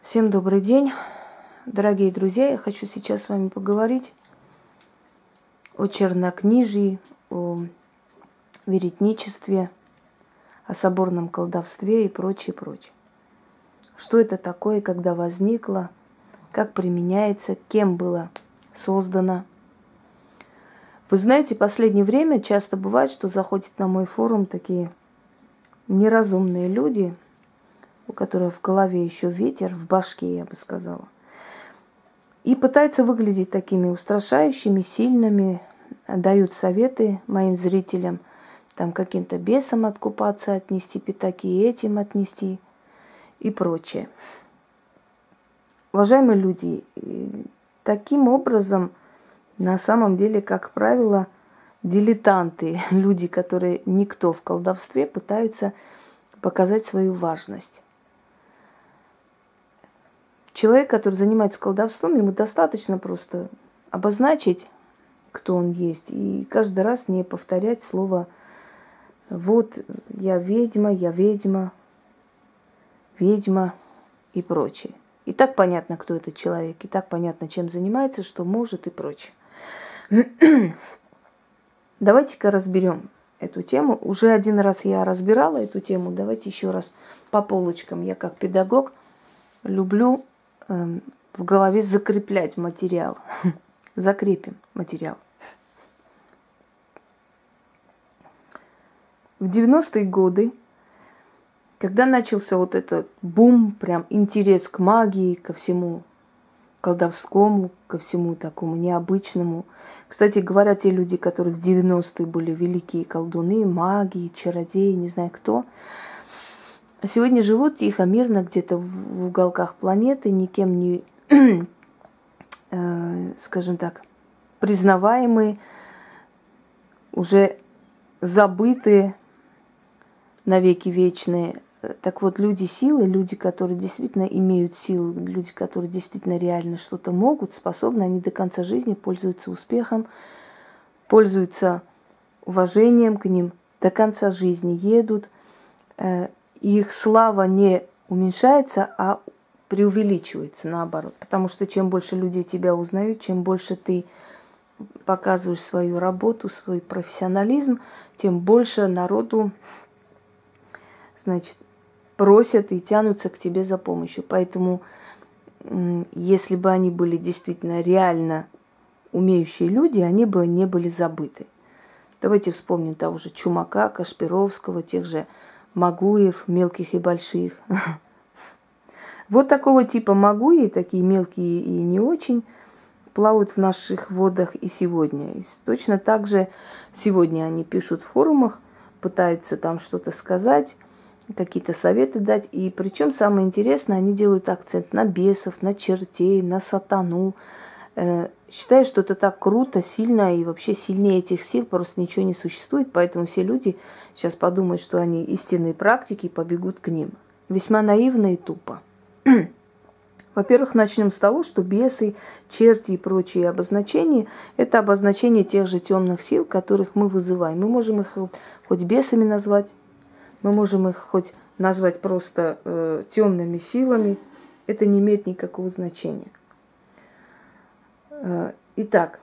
Всем добрый день, дорогие друзья. Я хочу сейчас с вами поговорить о чернокнижии, о веретничестве, о соборном колдовстве и прочее, прочее. Что это такое, когда возникло, как применяется, кем было создано. Вы знаете, в последнее время часто бывает, что заходят на мой форум такие неразумные люди, у которых в голове еще ветер, в башке, я бы сказала, и пытаются выглядеть такими устрашающими, сильными, дают советы моим зрителям, там каким-то бесам откупаться, отнести пятаки, этим отнести и прочее. Уважаемые люди, таким образом, на самом деле, как правило, дилетанты, люди, которые никто в колдовстве, пытаются показать свою важность. Человек, который занимается колдовством, ему достаточно просто обозначить, кто он есть, и каждый раз не повторять слово «вот я ведьма, ведьма» и прочее. И так понятно, кто этот человек, и так понятно, чем занимается, что может и прочее. Давайте-ка разберем эту тему. Уже один раз я разбирала эту тему, давайте еще раз по полочкам. Я как педагог люблю в голове закреплять материал. Закрепим материал. В 90-е годы, когда начался вот этот бум, прям интерес к магии, ко всему колдовскому, ко всему такому необычному. Кстати говоря, те люди, которые в 90-е были великие колдуны, маги, чародеи, не знаю кто, сегодня живут тихо, мирно где-то в уголках планеты, никем не, скажем так, признаваемые, уже забытые навеки вечные. Так вот, люди силы, люди, которые действительно имеют силу, люди, которые действительно реально что-то могут, способны, они до конца жизни пользуются успехом, пользуются уважением к ним, до конца жизни едут. Их слава не уменьшается, а преувеличивается наоборот. Потому что чем больше людей тебя узнают, чем больше ты показываешь свою работу, свой профессионализм, тем больше народу, значит, просят и тянутся к тебе за помощью. Поэтому, если бы они были действительно реально умеющие люди, они бы не были забыты. Давайте вспомним того же Чумака, Кашпировского, тех же Магуев, мелких и больших. Вот такого типа Магуи, такие мелкие и не очень, плавают в наших водах и сегодня. И точно так же сегодня они пишут в форумах, пытаются там что-то сказать, какие-то советы дать. И причем самое интересное, они делают акцент на бесов, на чертей, на сатану. Считаю, что это так круто, сильно, и вообще сильнее этих сил просто ничего не существует. Поэтому все люди сейчас подумают, что они истинные практики, и побегут к ним. Весьма наивно и тупо. Во-первых, начнем с того, что бесы, черти и прочие обозначения – это обозначение тех же темных сил, которых мы вызываем. Мы можем их хоть бесами назвать, мы можем их хоть назвать просто темными силами. Это не имеет никакого значения. Итак,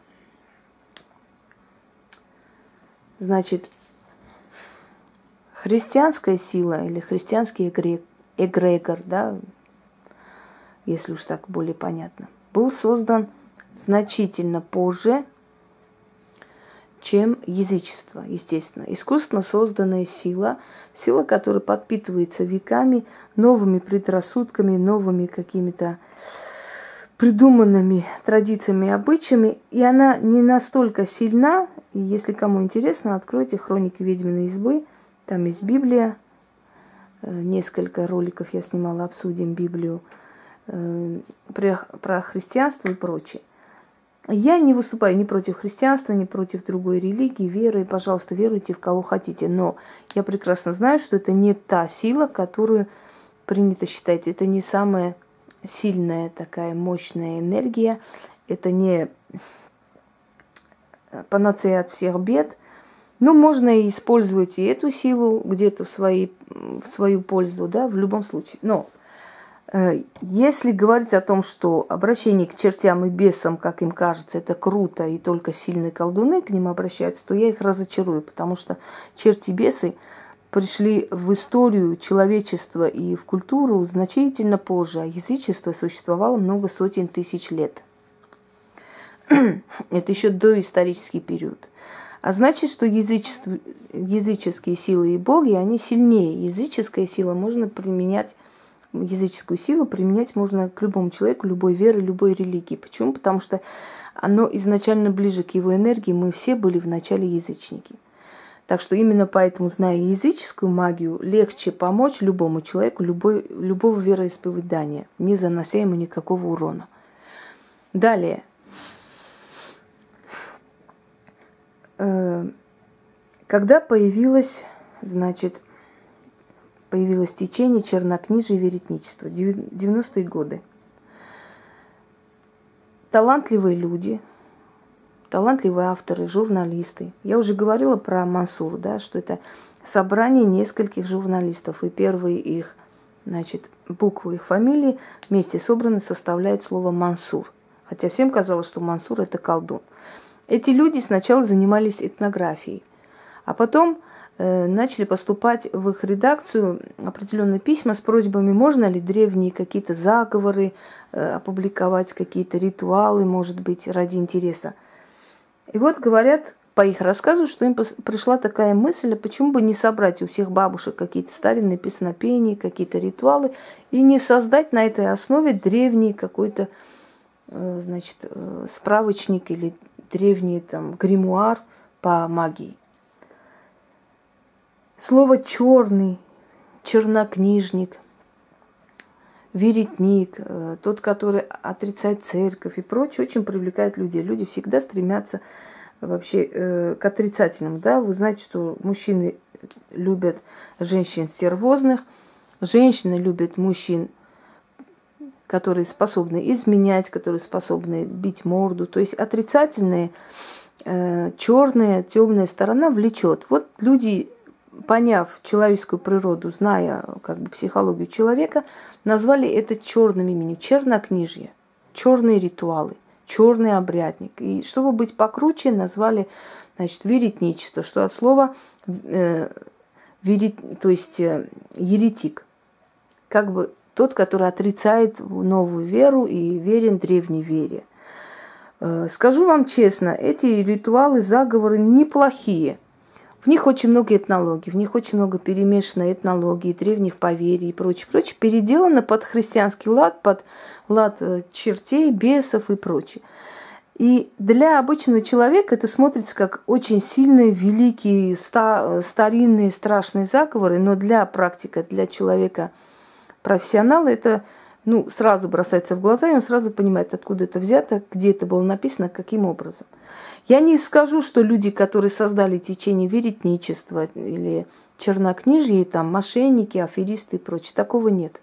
значит, христианская сила или христианский эгрегор, да, если уж так более понятно, был создан значительно позже, чем язычество, естественно. Искусственно созданная сила, сила, которая подпитывается веками новыми предрассудками, новыми какими-то придуманными традициями и обычаями, и она не настолько сильна, и если кому интересно, откройте «Хроники ведьминой избы», там есть Библия, несколько роликов я снимала, обсудим Библию, про христианство и прочее. Я не выступаю ни против христианства, ни против другой религии, веры. Пожалуйста, веруйте в кого хотите. Но я прекрасно знаю, что это не та сила, которую принято считать. Это не самая сильная такая мощная энергия. Это не панацея от всех бед. Но можно и использовать и эту силу где-то в свою пользу, да, в любом случае. Но Если говорить о том, что обращение к чертям и бесам, как им кажется, это круто, и только сильные колдуны к ним обращаются, то я их разочарую, потому что черти и бесы пришли в историю человечества и в культуру значительно позже, а язычество существовало много сотен тысяч лет. Это еще доисторический период. А значит, что языческие силы и боги, они сильнее. Языческая сила можно применять, языческую силу применять можно к любому человеку, любой веры, любой религии. Почему? Потому что оно изначально ближе к его энергии. Мы все были вначале язычники. Так что именно поэтому, зная языческую магию, легче помочь любому человеку, любого вероисповедания, не занося ему никакого урона. Далее. Когда появилось течение чернокнижия и веретничества, 90-е годы. Талантливые люди, талантливые авторы, журналисты. Я уже говорила про Мансур, да, что это собрание нескольких журналистов, и первые их, буквы их фамилии вместе собраны составляют слово Мансур. Хотя всем казалось, что Мансур – это колдун. Эти люди сначала занимались этнографией, а потом начали поступать в их редакцию определенные письма с просьбами, можно ли древние какие-то заговоры опубликовать, какие-то ритуалы, может быть, ради интереса. И вот говорят по их рассказу, что им пришла такая мысль, а почему бы не собрать у всех бабушек какие-то старинные песнопения, какие-то ритуалы, и не создать на этой основе древний какой-то, справочник или древний гримуар по магии. Слово «черный», «чернокнижник», «веретник», тот, который отрицает церковь и прочее, очень привлекает людей. Люди всегда стремятся вообще к отрицательному. Да? Вы знаете, что мужчины любят женщин стервозных, женщины любят мужчин, которые способны изменять, которые способны бить морду. То есть отрицательная, черная, темная сторона влечет. Вот люди, поняв человеческую природу, зная психологию человека, назвали это черным именем. Чернокнижье, черные ритуалы, черный обрядник. И чтобы быть покруче, назвали, веретничество, что от слова еретик. Тот, который отрицает новую веру и верен древней вере. Скажу вам честно, эти ритуалы, заговоры неплохие. В них очень много этнологии, в них очень много перемешанной этнологии, древних поверий и прочее, переделано под христианский лад, под лад чертей, бесов и прочее. И для обычного человека это смотрится как очень сильные, великие, старинные, страшные заговоры, но для практика, для человека профессионала это сразу бросается в глаза, и он сразу понимает, откуда это взято, где это было написано, каким образом. Я не скажу, что люди, которые создали течение веретничества или чернокнижья, мошенники, аферисты и прочее, такого нет.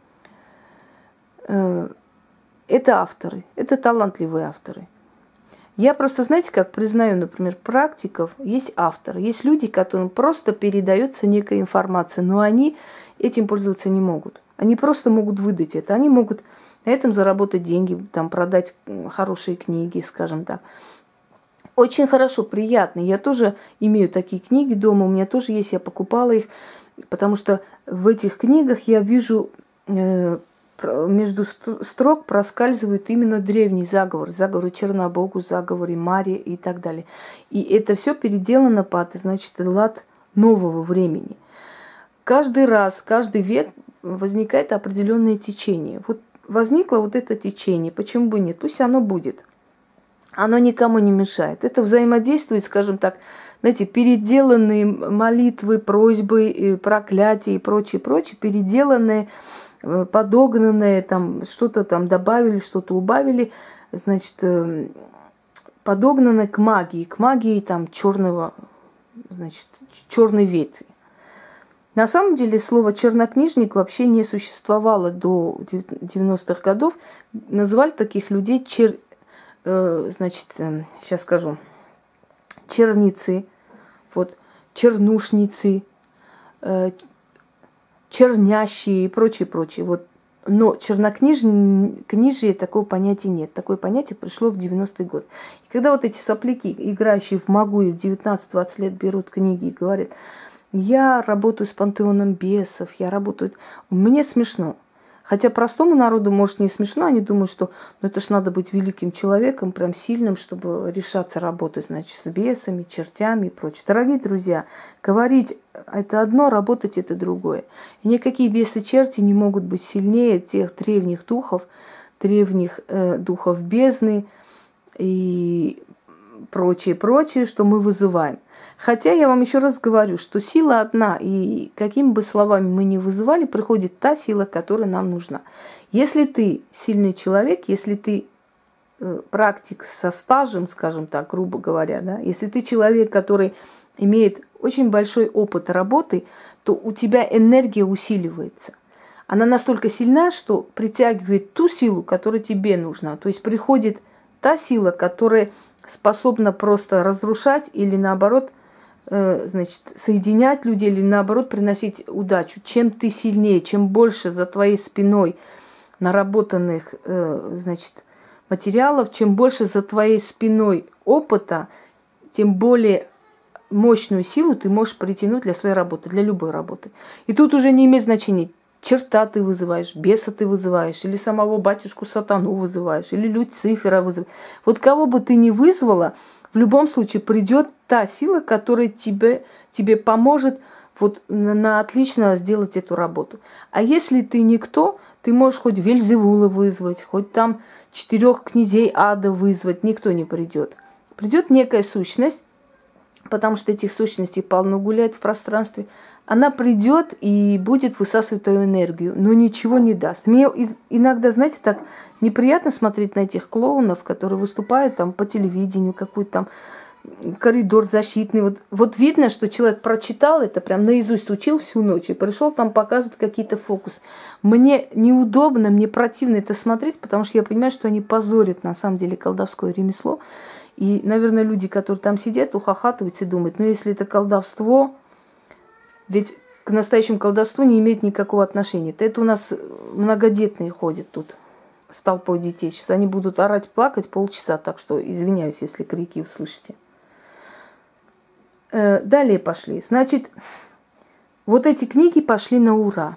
Это авторы, это талантливые авторы. Я просто, признаю, например, практиков, есть авторы, есть люди, которым просто передается некая информация, но они этим пользоваться не могут. Они просто могут выдать это, они могут на этом заработать деньги, продать хорошие книги, скажем так. Очень хорошо, приятно. Я тоже имею такие книги дома, у меня тоже есть, я покупала их, потому что в этих книгах я вижу, между строк проскальзывают именно древние заговоры, заговоры Чернобогу, заговоры Марии и так далее. И это все переделано под, лад нового времени. Каждый раз, каждый век возникает определенное течение. Вот возникло это течение, почему бы нет? Пусть оно будет. Оно никому не мешает. Это взаимодействует, переделанные молитвы, просьбы, проклятия и прочее, переделанные, подогнанные, что-то добавили, что-то убавили, подогнанное к магии черной ветви. На самом деле слово «чернокнижник» вообще не существовало до 90-х годов. Называли таких людей сейчас скажу, черницы, чернушницы, чернящие и прочее. Но чернокнижие такого понятия нет. Такое понятие пришло в 90-й год. И когда вот эти сопляки, играющие в Магу и в 19-20 лет берут книги и говорят, я работаю с пантеоном бесов, я работаю... Мне смешно. Хотя простому народу, может, не смешно, они думают, что ну, это ж надо быть великим человеком, прям сильным, чтобы решаться работать, значит, с бесами, чертями и прочее. Дорогие друзья, говорить это одно, работать это другое. И никакие бесы-черти не могут быть сильнее тех древних духов бездны и прочее, что мы вызываем. Хотя я вам еще раз говорю, что сила одна, и какими бы словами мы ни вызывали, приходит та сила, которая нам нужна. Если ты сильный человек, если ты практик со стажем, скажем так, грубо говоря, да, если ты человек, который имеет очень большой опыт работы, то у тебя энергия усиливается. Она настолько сильна, что притягивает ту силу, которая тебе нужна. То есть приходит та сила, которая способна просто разрушать или наоборот значит, соединять людей или наоборот приносить удачу. Чем ты сильнее, чем больше за твоей спиной наработанных значит, материалов, чем больше за твоей спиной опыта, тем более мощную силу ты можешь притянуть для своей работы, для любой работы. И тут уже не имеет значения, черта ты вызываешь, беса ты вызываешь, или самого батюшку сатану вызываешь, или Люцифера вызываешь. Вот кого бы ты ни вызвала, в любом случае придет та сила, которая тебе поможет вот на отлично сделать эту работу. А если ты никто, ты можешь хоть Вельзевула вызвать, хоть там 4 князей ада вызвать, никто не придет. Придет некая сущность, потому что этих сущностей полно гуляет в пространстве. Она придет и будет высасывать твою энергию, но ничего не даст. Мне иногда, знаете, так неприятно смотреть на этих клоунов, которые выступают там по телевидению, какой-то там коридор защитный. Вот видно, что человек прочитал это, прям наизусть учил всю ночь и пришел там показывать какие-то фокусы. Мне неудобно, мне противно это смотреть, потому что я понимаю, что они позорят на самом деле колдовское ремесло. И, наверное, люди, которые там сидят, ухахатываются и думают, ну если это колдовство, ведь к настоящему колдовству не имеет никакого отношения. Это у нас многодетные ходят тут с толпой детей. Сейчас они будут орать, плакать полчаса, так что извиняюсь, если крики услышите. Далее пошли. Значит, вот эти книги пошли на ура.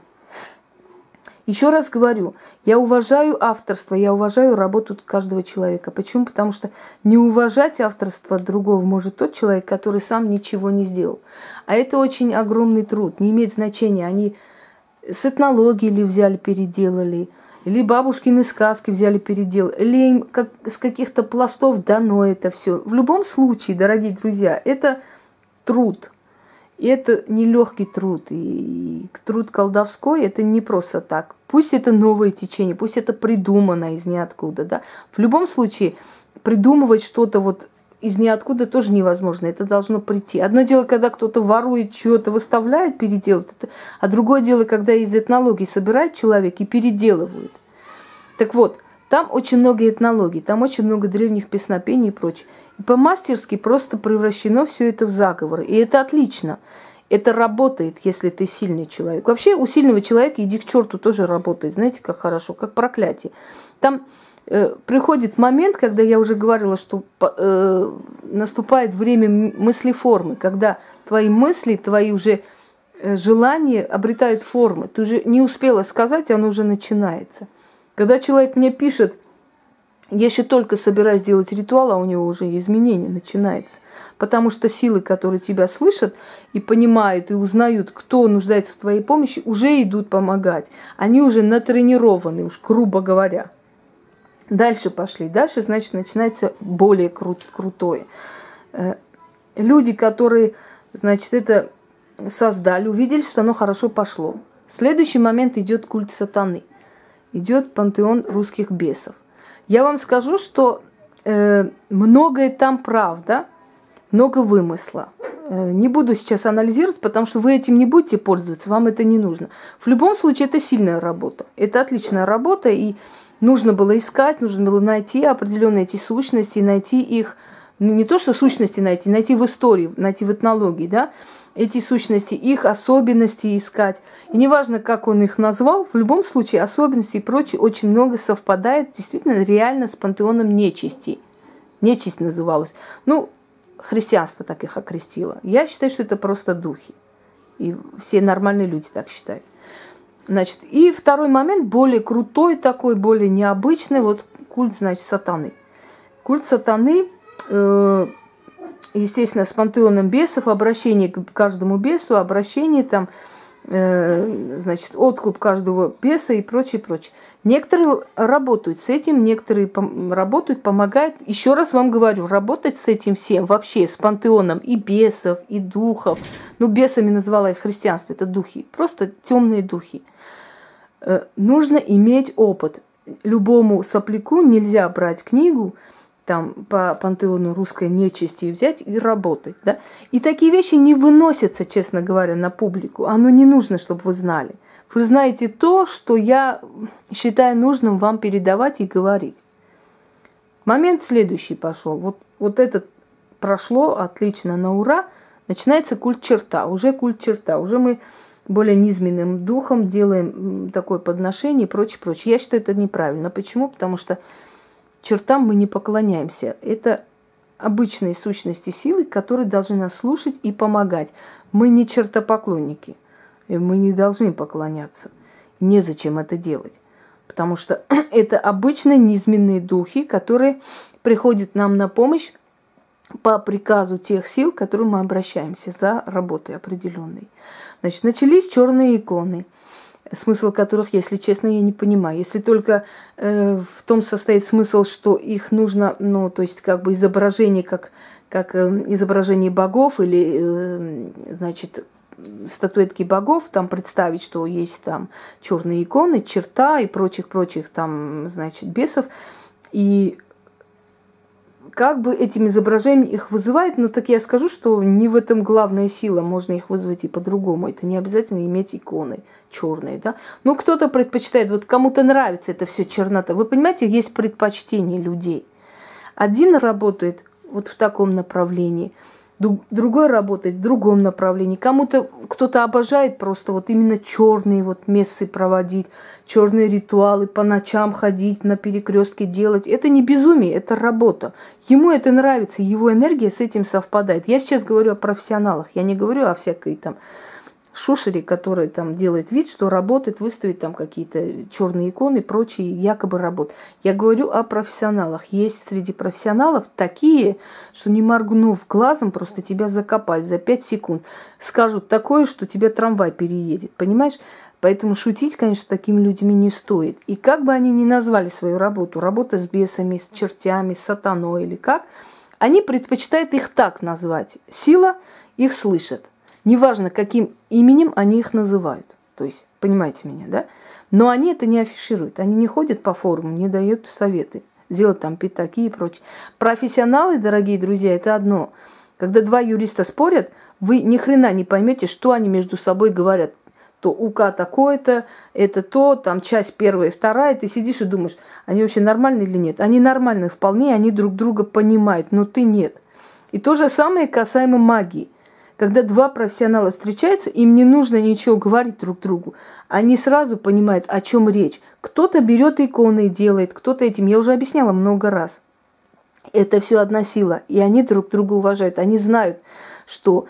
Еще раз говорю, я уважаю авторство, я уважаю работу каждого человека. Почему? Потому что не уважать авторство другого может тот человек, который сам ничего не сделал. А это очень огромный труд, не имеет значения. Они с этнологии или взяли, переделали, или бабушкины сказки взяли, переделали, или им с каких-то пластов дано это все. В любом случае, дорогие друзья, это труд. И это нелегкий труд. И труд колдовской – это не просто так. Пусть это новое течение, пусть это придумано из ниоткуда. Да? В любом случае, придумывать что-то вот из ниоткуда тоже невозможно. Это должно прийти. Одно дело, когда кто-то ворует, что-то выставляет, переделывает. А другое дело, когда из этнологии собирает человек и переделывает. Так вот, там очень много этнологий, там очень много древних песнопений и прочее. И по-мастерски просто превращено все это в заговоры. И это отлично. Это работает, если ты сильный человек. Вообще у сильного человека иди к черту тоже работает. Знаете, как хорошо, как проклятие. Там приходит момент, когда я уже говорила, что наступает время мыслеформы, когда твои мысли, твои уже желания обретают формы. Ты уже не успела сказать, оно уже начинается. Когда человек мне пишет, я еще только собираюсь делать ритуал, а у него уже изменение начинается. Потому что силы, которые тебя слышат и понимают, и узнают, кто нуждается в твоей помощи, уже идут помогать. Они уже натренированы, уж грубо говоря. Дальше пошли. Дальше, значит, начинается более крутое. Люди, которые, значит, это создали, увидели, что оно хорошо пошло. В следующий момент идет культ сатаны. Идет пантеон русских бесов. Я вам скажу, что многое там правда, много вымысла. Не буду сейчас анализировать, потому что вы этим не будете пользоваться, вам это не нужно. В любом случае, это сильная работа. Это отличная работа, и нужно было искать, нужно было найти определенные эти сущности, найти их, ну, не то что сущности найти в истории, найти в этнологии, да, эти сущности, их особенности искать. И неважно, как он их назвал, в любом случае особенности и прочее очень много совпадает действительно реально с пантеоном нечисти. Нечисть называлась. Ну, христианство так их окрестило. Я считаю, что это просто духи. И все нормальные люди так считают. Значит, и второй момент, более крутой такой, более необычный, вот культ, значит, сатаны. Культ сатаны, естественно, с пантеоном бесов, обращение к каждому бесу, обращение там, значит, откуп каждого беса и прочее, прочее. Некоторые работают с этим, некоторые работают, помогают. Еще раз вам говорю, работать с этим всем, вообще с пантеоном и бесов, и духов. Ну, бесами называла их христианство, это духи, просто темные духи. Нужно иметь опыт. Любому сопляку нельзя брать книгу там, по пантеону русской нечисти и взять и работать. Да? И такие вещи не выносятся, честно говоря, на публику. Оно не нужно, чтобы вы знали. Вы знаете то, что я считаю нужным вам передавать и говорить. Момент следующий пошел. Вот этот прошло отлично, на ура. Начинается культ черта. Уже культ черта. Уже мы более низменным духом делаем такое подношение и прочее, прочее. Я считаю, это неправильно. Почему? Потому что чертам мы не поклоняемся. Это обычные сущности силы, которые должны нас слушать и помогать. Мы не чертопоклонники. И мы не должны поклоняться. Незачем это делать. Потому что это обычные низменные духи, которые приходят нам на помощь по приказу тех сил, к которым мы обращаемся за работой определенной. Значит, начались черные иконы, смысл которых, если честно, я не понимаю. Если только в том состоит смысл, что их нужно, ну, то есть как бы изображение, как изображение богов или, значит, статуэтки богов, там представить, что есть там черные иконы, черта и прочих там, значит, бесов. И как бы этим изображением их вызывает, но так я скажу, что не в этом главная сила, можно их вызвать и по-другому. Это не обязательно иметь иконы черные, да. Ну, кто-то предпочитает, вот кому-то нравится это все чернота. Вы понимаете, есть предпочтение людей. Один работает вот в таком направлении, другой работает в другом направлении. Кому-то кто-то обожает просто вот именно черные вот мессы проводить, черные ритуалы, по ночам ходить, на перекрестке делать. Это не безумие, это работа. Ему это нравится, его энергия с этим совпадает. Я сейчас говорю о профессионалах, я не говорю о всякой там шушере, которая там делает вид, что работает, выставит там какие-то черные иконы и прочие якобы работы. Я говорю о профессионалах. Есть среди профессионалов такие, что не моргнув глазом, просто тебя закопать за 5 секунд. Скажут такое, что тебя трамвай переедет. Понимаешь? Поэтому шутить, конечно, с такими людьми не стоит. И как бы они ни назвали свою работу, работа с бесами, с чертями, с сатаной или как, они предпочитают их так назвать. Сила их слышит. Неважно, каким именем они их называют. То есть, понимаете меня, да? Но они это не афишируют. Они не ходят по форуму, не дают советы. Делать там пятаки и прочее. Профессионалы, дорогие друзья, это одно. Когда два юриста спорят, вы ни хрена не поймете, что они между собой говорят. То УК такое-то, это то, там часть первая и вторая. Ты сидишь и думаешь, они вообще нормальные или нет? Они нормальные вполне, они друг друга понимают, но ты нет. И то же самое касаемо магии. Когда два профессионала встречаются, им не нужно ничего говорить друг другу. Они сразу понимают, о чем речь. Кто-то берет иконы и делает, кто-то этим. Я уже объясняла много раз. Это все одна сила. И они друг друга уважают. Они знают, что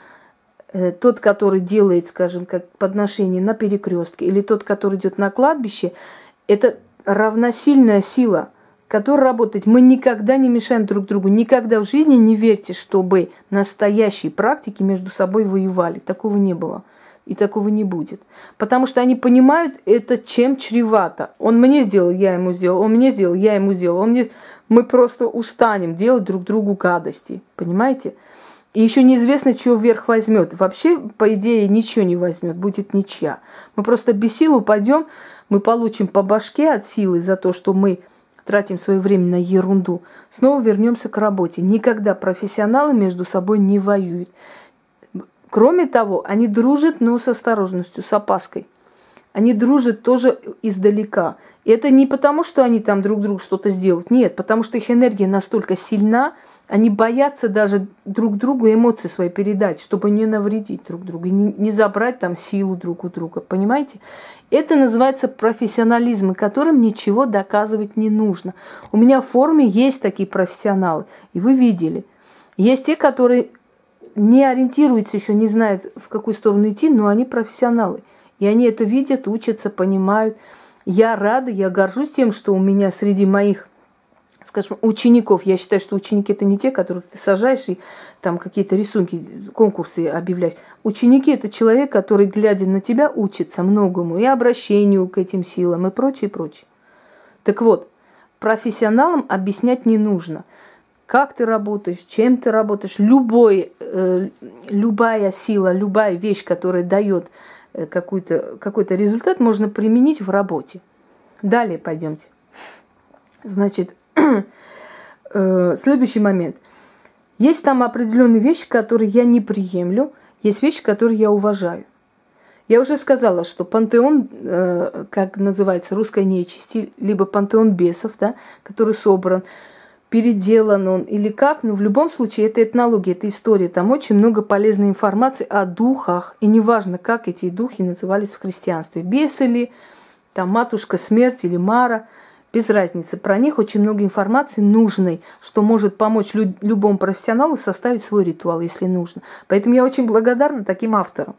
тот, который делает, скажем, как подношение на перекрестке, или тот, который идет на кладбище, это равносильная сила, который работает. Мы никогда не мешаем друг другу. Никогда в жизни не верьте, чтобы настоящие практики между собой воевали. Такого не было. И такого не будет. Потому что они понимают это, чем чревато. Он мне сделал, я ему сделал. Он мне сделал, я ему сделал. Мы просто устанем делать друг другу гадости. Понимаете? И еще неизвестно, чего вверх возьмет. Вообще, по идее, ничего не возьмет. Будет ничья. Мы просто без сил упадем. Мы получим по башке от силы за то, что мы тратим свое время на ерунду, снова вернемся к работе. Никогда профессионалы между собой не воюют. Кроме того, они дружат, но с осторожностью, с опаской. они дружат тоже издалека. И это не потому, что они там друг другу что-то сделают. Нет, потому что их энергия настолько сильна, они боятся даже друг другу эмоции свои передать, чтобы не навредить друг другу, не забрать там силу друг у друга. Понимаете? Это называется профессионализм, которым ничего доказывать не нужно. У меня в форуме есть такие профессионалы, и вы видели. Есть те, которые не ориентируются еще, не знают, в какую сторону идти, но они профессионалы. И они это видят, учатся, понимают. Я рада, я горжусь тем, что у меня среди моих, скажем, учеников, я считаю, что ученики это не те, которых ты сажаешь и там какие-то рисунки, конкурсы объявляешь. Ученики это человек, который, глядя на тебя, учится многому и обращению к этим силам и прочее, прочее. Так вот, профессионалам объяснять не нужно. Как ты работаешь, чем ты работаешь, любая сила, любая вещь, которая дает какой-то результат, можно применить в работе. Далее пойдемте. Значит, следующий момент. Есть там определенные вещи, которые я не приемлю, есть вещи, которые я уважаю. Я уже сказала, что пантеон, как называется, русской нечисти, либо пантеон бесов, да, который собран, переделан он или как, но в любом случае это этнология, это история. Там очень много полезной информации о духах, и неважно, как эти духи назывались в христианстве. Бесы ли, там матушка смерть или Мара, без разницы. Про них очень много информации нужной, что может помочь любому профессионалу составить свой ритуал, если нужно. Поэтому я очень благодарна таким авторам.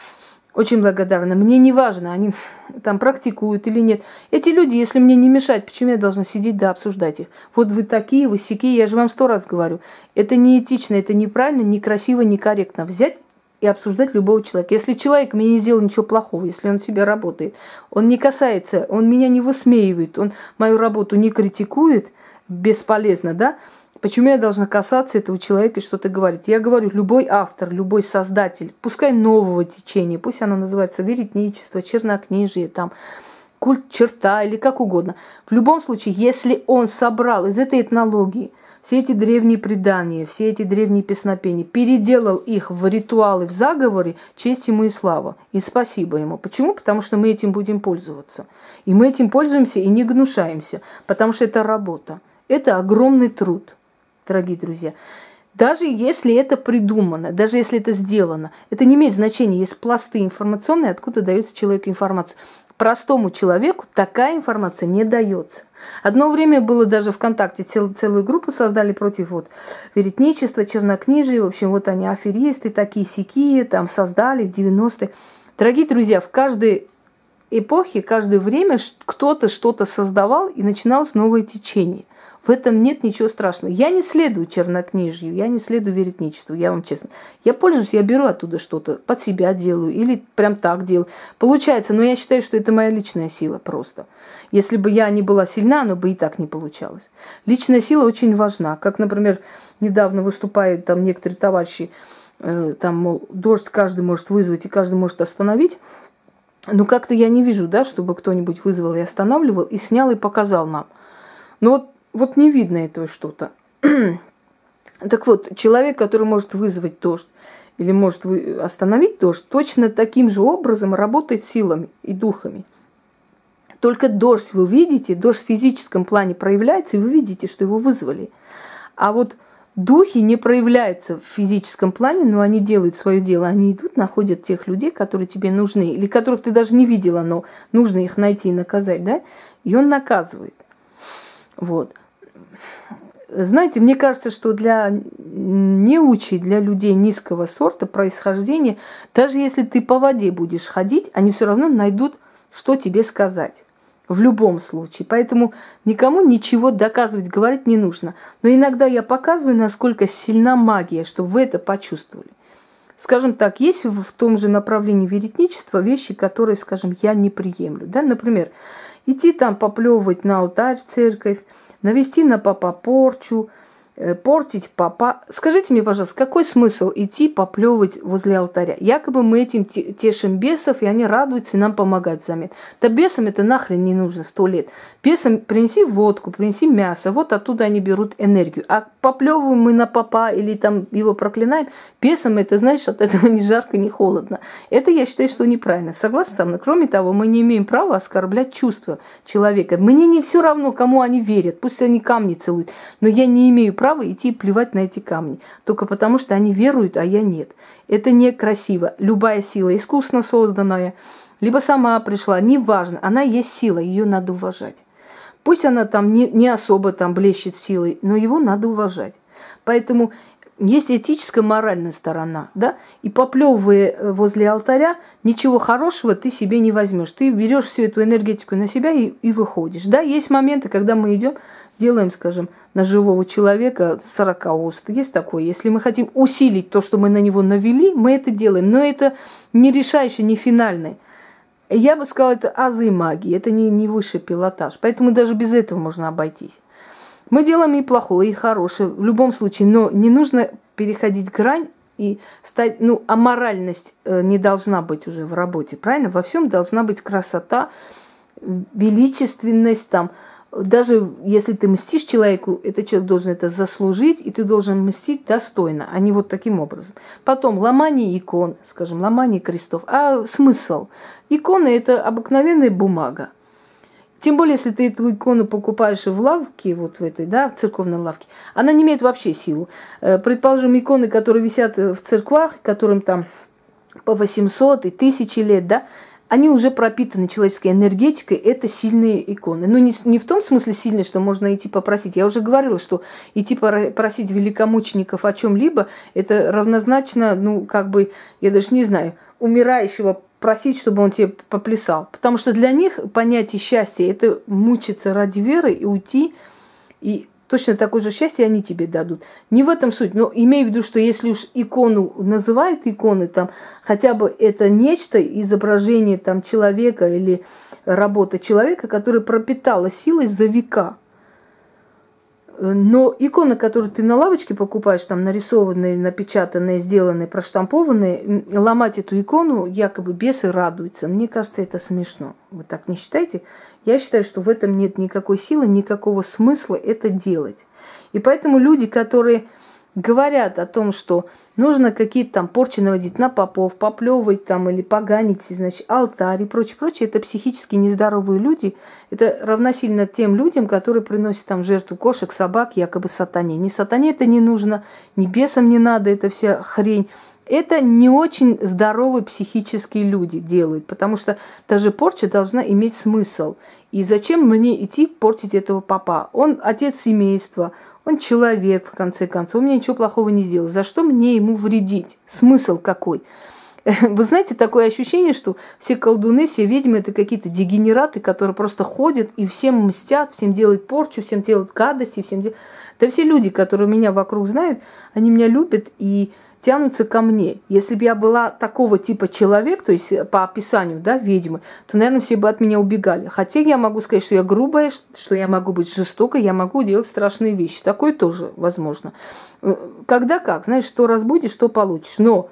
Очень благодарна. Мне не важно, они там практикуют или нет. Эти люди, если мне не мешать, почему я должна сидеть да обсуждать их? Вот вы такие, вы сякие, я же вам 100 раз говорю. Это неэтично, это неправильно, некрасиво, некорректно. Взять и обсуждать любого человека. Если человек мне не сделал ничего плохого, если он себя работает, он не касается, он меня не высмеивает, он мою работу не критикует, бесполезно, да? Почему я должна касаться этого человека и что-то говорить? Я говорю, любой автор, любой создатель, пускай нового течения, пусть оно называется веретничество, чернокнижие, там, культ черта или как угодно. В любом случае, если он собрал из этой этнологии все эти древние предания, все эти древние песнопения, переделал их в ритуалы, в заговоры, честь ему и слава. И спасибо ему. Почему? Потому что мы этим будем пользоваться. И мы этим пользуемся и не гнушаемся, потому что это работа. Это огромный труд. Дорогие друзья, даже если это придумано, даже если это сделано, это не имеет значения. Есть пласты информационные, откуда дается человеку информация. Простому человеку такая информация не дается. Одно время было даже ВКонтакте, целую группу создали против веретничества, чернокнижия. В общем, вот они аферисты, такие-сякие, там создали в 90-е. Дорогие друзья, в каждой эпохе, каждое время кто-то что-то создавал и начиналось новое течение. В этом нет ничего страшного. Я не следую чернокнижью, я не следую веретничеству, я вам честно. Я пользуюсь, я беру оттуда что-то, под себя делаю или прям так делаю. Получается, но я считаю, что это моя личная сила просто. Если бы я не была сильна, оно бы и так не получалось. Личная сила очень важна. Как, например, недавно выступают там некоторые товарищи, там, мол, дождь каждый может вызвать и каждый может остановить. Но как-то я не вижу, да, чтобы кто-нибудь вызвал и останавливал, и снял и показал нам. Но вот не видно этого что-то. Так вот, человек, который может вызвать дождь или может остановить дождь, точно таким же образом работает силами и духами. Только дождь вы видите, дождь в физическом плане проявляется, и вы видите, что его вызвали. А вот духи не проявляются в физическом плане, но они делают свое дело. Они идут, находят тех людей, которые тебе нужны, или которых ты даже не видела, но нужно их найти и наказать, да? И он наказывает. Вот. Знаете, мне кажется, что для неучей, для людей низкого сорта происхождения, даже если ты по воде будешь ходить, они все равно найдут, что тебе сказать. В любом случае. Поэтому никому ничего доказывать, говорить не нужно. Но иногда я показываю, насколько сильна магия, чтобы вы это почувствовали. Скажем так, есть в том же направлении веретничества вещи, которые, скажем, я не приемлю. Да? Например, идти там поплевывать на алтарь в церковь, навести на папа порчу, портить папа. Скажите мне, пожалуйста, какой смысл идти поплевывать возле алтаря? Якобы мы этим тешим бесов, и они радуются и нам помогают взамен. Да бесам это нахрен не нужно 100 лет. Бесам принеси водку, принеси мясо, вот оттуда они берут энергию. А поплевываем мы на попа или там его проклинаем, бесам это, знаешь, от этого ни жарко, ни холодно. Это я считаю, что неправильно. Согласна со мной? Кроме того, мы не имеем права оскорблять чувства человека. Мне не все равно, кому они верят, пусть они камни целуют, но я не имею права идти плевать на эти камни, только потому что они веруют, а я нет. Это некрасиво. Любая сила, искусственно созданная, либо сама пришла, неважно, она есть сила, ее надо уважать. Пусть она там не особо там блещет силой, но его надо уважать. Поэтому есть этическая, моральная сторона, да, и поплевывая возле алтаря, ничего хорошего ты себе не возьмешь. Ты берешь всю эту энергетику на себя и выходишь. Да, есть моменты, когда мы идем, делаем, скажем, на живого человека 40 уст. Есть такое. Если мы хотим усилить то, что мы на него навели, мы это делаем. Но это не решающее, не финальное. Я бы сказала, это азы магии, это не высший пилотаж. Поэтому даже без этого можно обойтись. Мы делаем и плохое, и хорошее, в любом случае. Но не нужно переходить грань и стать... аморальность не должна быть уже в работе, правильно? Во всем должна быть красота, величественность там. Даже если ты мстишь человеку, этот человек должен это заслужить, и ты должен мстить достойно, а не вот таким образом. Потом ломание икон, скажем, ломание крестов. А смысл? Икона – это обыкновенная бумага. Тем более, если ты эту икону покупаешь в лавке, вот в этой, да, в церковной лавке, она не имеет вообще силу. Предположим, иконы, которые висят в церквах, которым там по 800 и 1000 лет, да, они уже пропитаны человеческой энергетикой, это сильные иконы. Но не в том смысле сильные, что можно идти попросить. Я уже говорила, что идти просить великомучеников о чем-либо, это равнозначно, я даже не знаю, умирающего просить, чтобы он тебе поплясал. Потому что для них понятие счастья – это мучиться ради веры и уйти, и точно такое же счастье они тебе дадут. Не в этом суть. Но имею в виду, что если уж икону называют иконы, там хотя бы это нечто, изображение там человека или работа человека, которая пропитала силой за века. Но иконы, которые ты на лавочке покупаешь, там нарисованные, напечатанные, сделанные, проштампованные, ломать эту икону якобы бесы радуются. Мне кажется, это смешно. Вы так не считаете? Я считаю, что в этом нет никакой силы, никакого смысла это делать. И поэтому люди, которые говорят о том, что нужно какие-то там порчи наводить на попов, поплевывать там или поганить, значит, алтарь и прочее, это психически нездоровые люди. Это равносильно тем людям, которые приносят там жертву кошек, собак, якобы сатане. Ни сатане это не нужно, ни бесам не надо, это вся хрень. Это не очень здоровые психические люди делают, потому что даже порча должна иметь смысл. И зачем мне идти портить этого попа? Он отец семейства, он человек, в конце концов, он мне ничего плохого не сделал. За что мне ему вредить? Смысл какой? Вы знаете, такое ощущение, что все колдуны, все ведьмы – это какие-то дегенераты, которые просто ходят и всем мстят, всем делают порчу, всем делают гадости, всем делают... Да все люди, которые меня вокруг знают, они меня любят и тянутся ко мне. Если бы я была такого типа человек, то есть по описанию, да, ведьмы, то, наверное, все бы от меня убегали. Хотя я могу сказать, что я грубая, что я могу быть жестокой, я могу делать страшные вещи. Такое тоже возможно. Когда как, знаешь, что разбудишь, что получишь. Но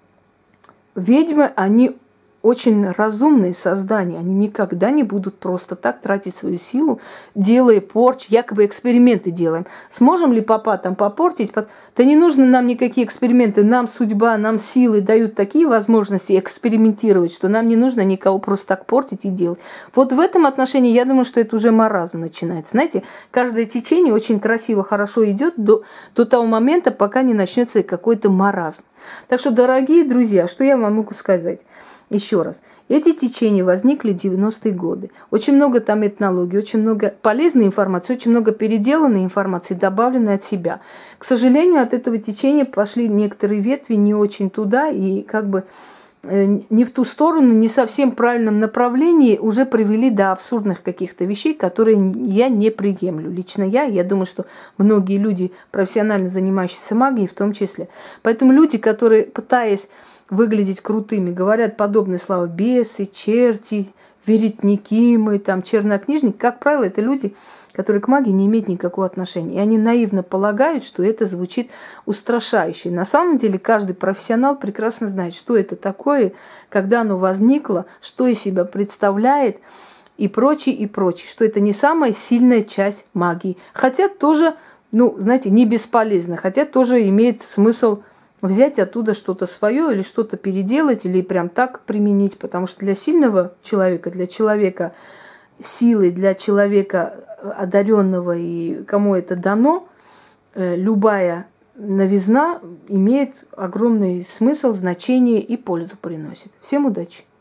ведьмы, они очень разумные создания. Они никогда не будут просто так тратить свою силу, делая порчи, якобы эксперименты делаем. Сможем ли попа там попортить? Да не нужно нам никакие эксперименты. Нам судьба, нам силы дают такие возможности экспериментировать, что нам не нужно никого просто так портить и делать. Вот в этом отношении я думаю, что это уже маразм начинается. Знаете, каждое течение очень красиво, хорошо идет до того момента, пока не начнется какой-то маразм. Так что, дорогие друзья, что я вам могу сказать? Еще раз, эти течения возникли в 90-е годы. Очень много там этнологии, очень много полезной информации, очень много переделанной информации, добавленной от себя. К сожалению, от этого течения пошли некоторые ветви не очень туда и как бы не в ту сторону, не совсем в правильном направлении, уже привели до абсурдных каких-то вещей, которые я не приемлю. Лично я думаю, что многие люди, профессионально занимающиеся магией, в том числе. Поэтому люди, которые, пытаясь выглядеть крутыми, говорят подобные слова: бесы, черти, веретники мы, там, чернокнижник. Как правило, это люди, которые к магии не имеют никакого отношения. И они наивно полагают, что это звучит устрашающе. На самом деле каждый профессионал прекрасно знает, что это такое, когда оно возникло, что из себя представляет и прочее, что это не самая сильная часть магии. Хотя тоже ну, знаете, не бесполезно, хотя тоже имеет смысл взять оттуда что-то свое или что-то переделать, или прям так применить, потому что для сильного человека, для человека силы, для человека одаренного и кому это дано, любая новизна имеет огромный смысл, значение и пользу приносит. Всем удачи!